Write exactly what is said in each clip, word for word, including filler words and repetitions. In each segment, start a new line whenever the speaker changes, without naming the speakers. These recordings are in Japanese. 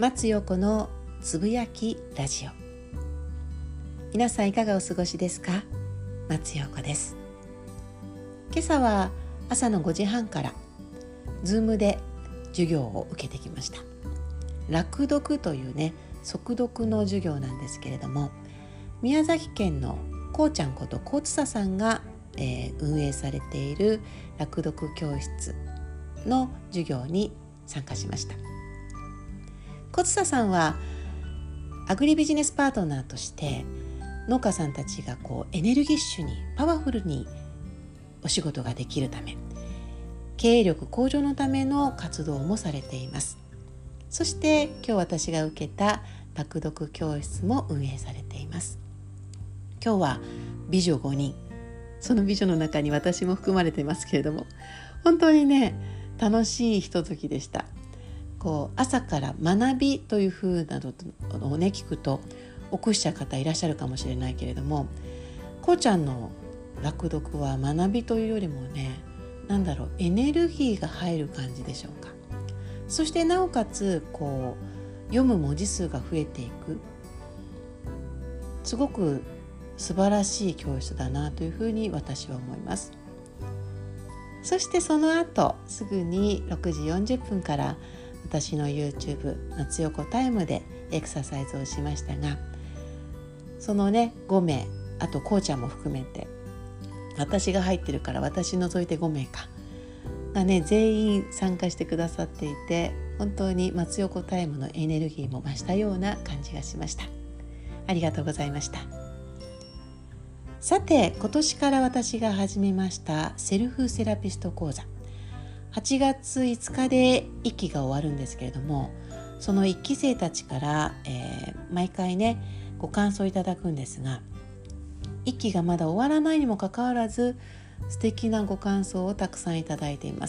松陽子のつぶやきラジオ。皆さんいかがお過ごしですか？松陽子です。今朝は朝のごじはんからズームで授業を受けてきました。楽読というね、速読の授業なんですけれども、宮崎県のこうちゃんことこうつささんが、えー、運営されている楽読教室の授業に参加しました。こつささんはアグリビジネスパートナーとして農家さんたちがこうエネルギッシュにパワフルにお仕事ができるため、経営力向上のための活動もされています。そして今日私が受けた楽読教室も運営されています。今日は美女ごにん、その美女の中に私も含まれていますけれども、本当にね楽しいひとときでした。こう朝から学びという風なのをね聞くと起こしちゃう方いらっしゃるかもしれないけれども、こうちゃんの楽読は学びというよりもね、なんだろう、エネルギーが入る感じでしょうか。そしてなおかつこう読む文字数が増えていく、すごく素晴らしい教室だなというふうに私は思います。そしてその後すぐにろくじよんじゅっぷんから私の YouTube 松陽子タイムでエクササイズをしましたが、そのねごめい、あとこうちゃんも含めて、私が入ってるから私除いてごめいかがね全員参加してくださっていて、本当に松陽子タイムのエネルギーも増したような感じがしました。ありがとうございました。さて、今年から私が始めましたセルフセラピスト講座、はちがついつかでいっきが終わるんですけれども、そのいっき生たちから、えー、毎回ねご感想いただくんですが、いっきがまだ終わらないにもかかわらず素敵なご感想をたくさんいただいています。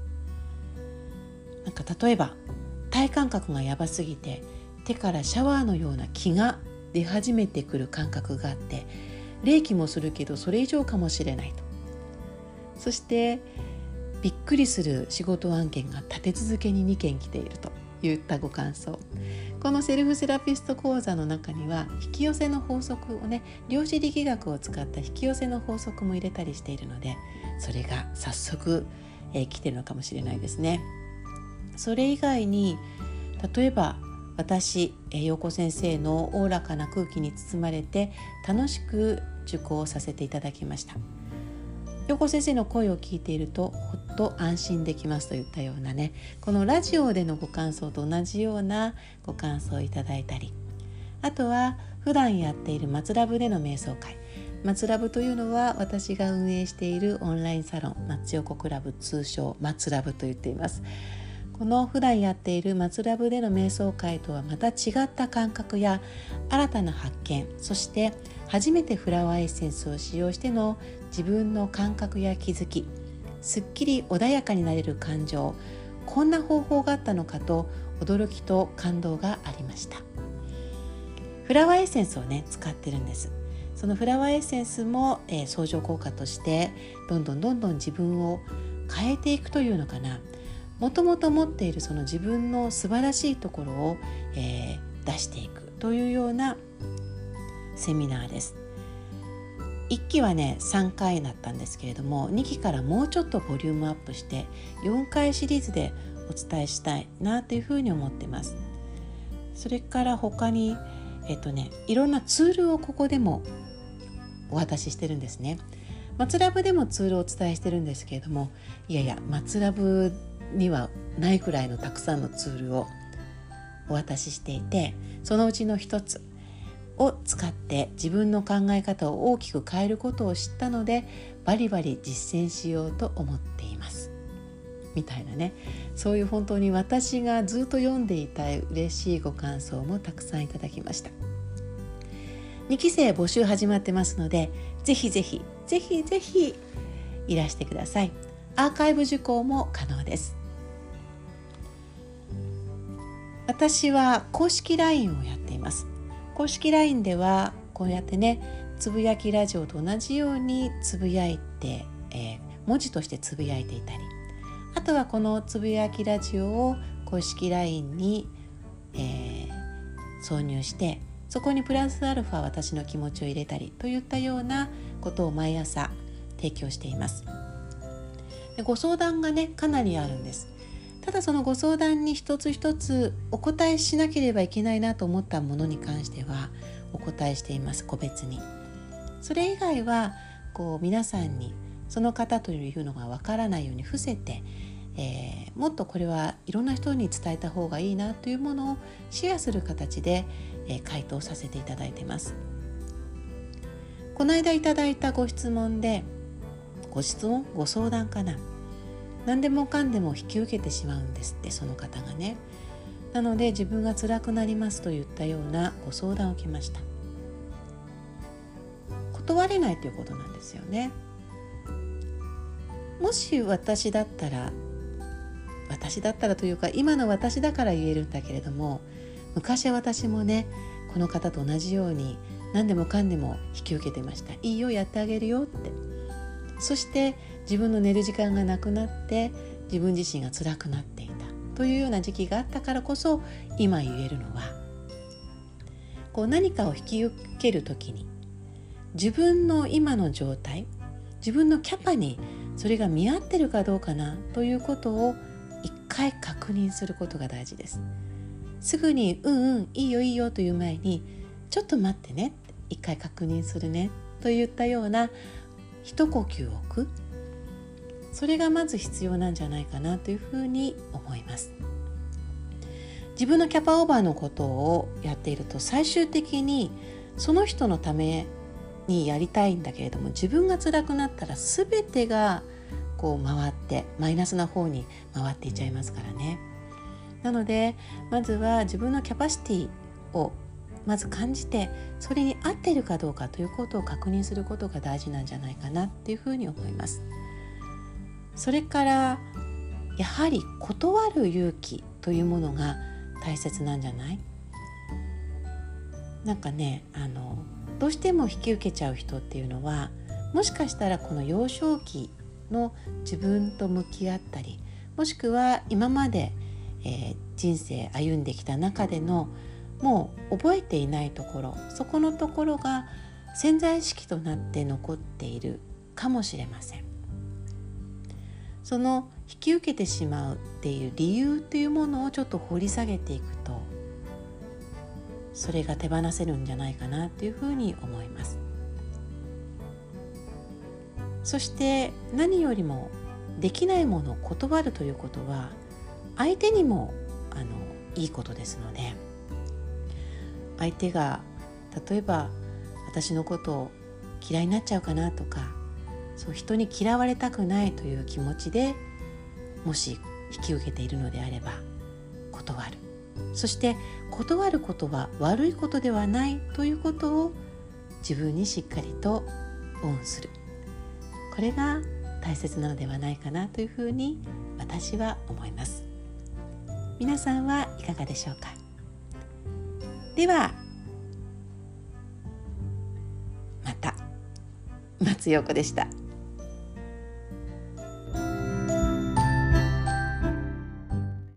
なんか例えば体感覚がやばすぎて手からシャワーのような気が出始めてくる感覚があって、冷気もするけどそれ以上かもしれないと。そしてびっくりする仕事案件が立て続けににけん来ているといったご感想。このセルフセラピスト講座の中には引き寄せの法則をね、量子力学を使った引き寄せの法則も入れたりしているので、それが早速、えー、来てるのかもしれないですね。それ以外に例えば私、陽子先生のおおらかな空気に包まれて楽しく受講させていただきました。陽子先生の声を聞いているとほっと安心できますといったようなね、このラジオでのご感想と同じようなご感想をいただいたり、あとは普段やっている松ラブでの瞑想会、松ラブというのは私が運営しているオンラインサロン松陽子クラブ、通称松ラブと言っています。この普段やっている松ラブでの瞑想会とはまた違った感覚や新たな発見、そして初めてフラワーエッセンスを使用しての自分の感覚や気づき、すっきり穏やかになれる感情、こんな方法があったのかと驚きと感動がありました。フラワーエッセンスをね使ってるんです。そのフラワーエッセンスも、えー、相乗効果としてどんどんどんどん自分を変えていくというのかな、もともと持っているその自分の素晴らしいところを、えー、出していくというようなセミナーです。いっきはねさんかいだったんですけれども、にきからもうちょっとボリュームアップしてよんかいシリーズでお伝えしたいなというふうに思っています。それから他にえっとねいろんなツールをここでもお渡ししてるんですね。松ラブでもツールをお伝えしてるんですけれども、いやいや松ラブにはないくらいのたくさんのツールをお渡ししていて、そのうちの一つを使って自分の考え方を大きく変えることを知ったので、バリバリ実践しようと思っていますみたいなね、そういう本当に私がずっと読んでいたい嬉しいご感想もたくさんいただきました。にき生募集始まってますので、ぜひぜひぜひぜひいらしてください。アーカイブ受講も可能です。私は公式 ライン をやっています。公式 ライン ではこうやってね、つぶやきラジオと同じようにつぶやいて、えー、文字としてつぶやいていたり、あとはこのつぶやきラジオを公式 ライン にえー、挿入して、そこにプラスアルファ私の気持ちを入れたりといったようなことを毎朝提供しています。でご相談がねかなりあるんです。ただそのご相談に一つ一つお答えしなければいけないなと思ったものに関してはお答えしています、個別に。それ以外はこう皆さんにその方というのがわからないように伏せて、えー、もっとこれはいろんな人に伝えた方がいいなというものをシェアする形で、えー、回答させていただいています。この間いただいたご質問で、ご質問ご相談かな、何でもかんでも引き受けてしまうんですって、その方がね。なので自分が辛くなりますといったようなご相談を受けました。断れないということなんですよね。もし私だったら私だったらというか今の私だから言えるんだけれども、昔は私もねこの方と同じように何でもかんでも引き受けてました。いいよ、やってあげるよって。そして自分の寝る時間がなくなって自分自身が辛くなっていたというような時期があったからこそ今言えるのは、こう何かを引き受けるときに自分の今の状態、自分のキャパにそれが見合ってるかどうかなということを一回確認することが大事です。すぐにうんうんいいよいいよという前にちょっと待ってね、一回確認するねといったような一呼吸を置く、それがまず必要なんじゃないかなというふうに思います。自分のキャパオーバーのことをやっていると最終的にその人のためにやりたいんだけれども、自分が辛くなったら全てがこう回ってマイナスな方に回っていっちゃいますからね。なのでまずは自分のキャパシティをまず感じて、それに合っているかどうかということを確認することが大事なんじゃないかなっていうふうに思います。それからやはり断る勇気というものが大切なんじゃない？なんかね、あのどうしても引き受けちゃう人っていうのは、もしかしたらこの幼少期の自分と向き合ったり、もしくは今まで、えー、人生歩んできた中でのもう覚えていないところ、そこのところが潜在意識となって残っているかもしれません。その引き受けてしまうっていう理由というものをちょっと掘り下げていくと、それが手放せるんじゃないかなというふうに思います。そして何よりもできないものを断るということは相手にもあのいいことですので、相手が例えば私のことを嫌いになっちゃうかなとか、そう人に嫌われたくないという気持ちでもし引き受けているのであれば断る。そして断ることは悪いことではないということを自分にしっかりとオンする。これが大切なのではないかなというふうに私は思います。皆さんはいかがでしょうか。ではまた。松陽子でした。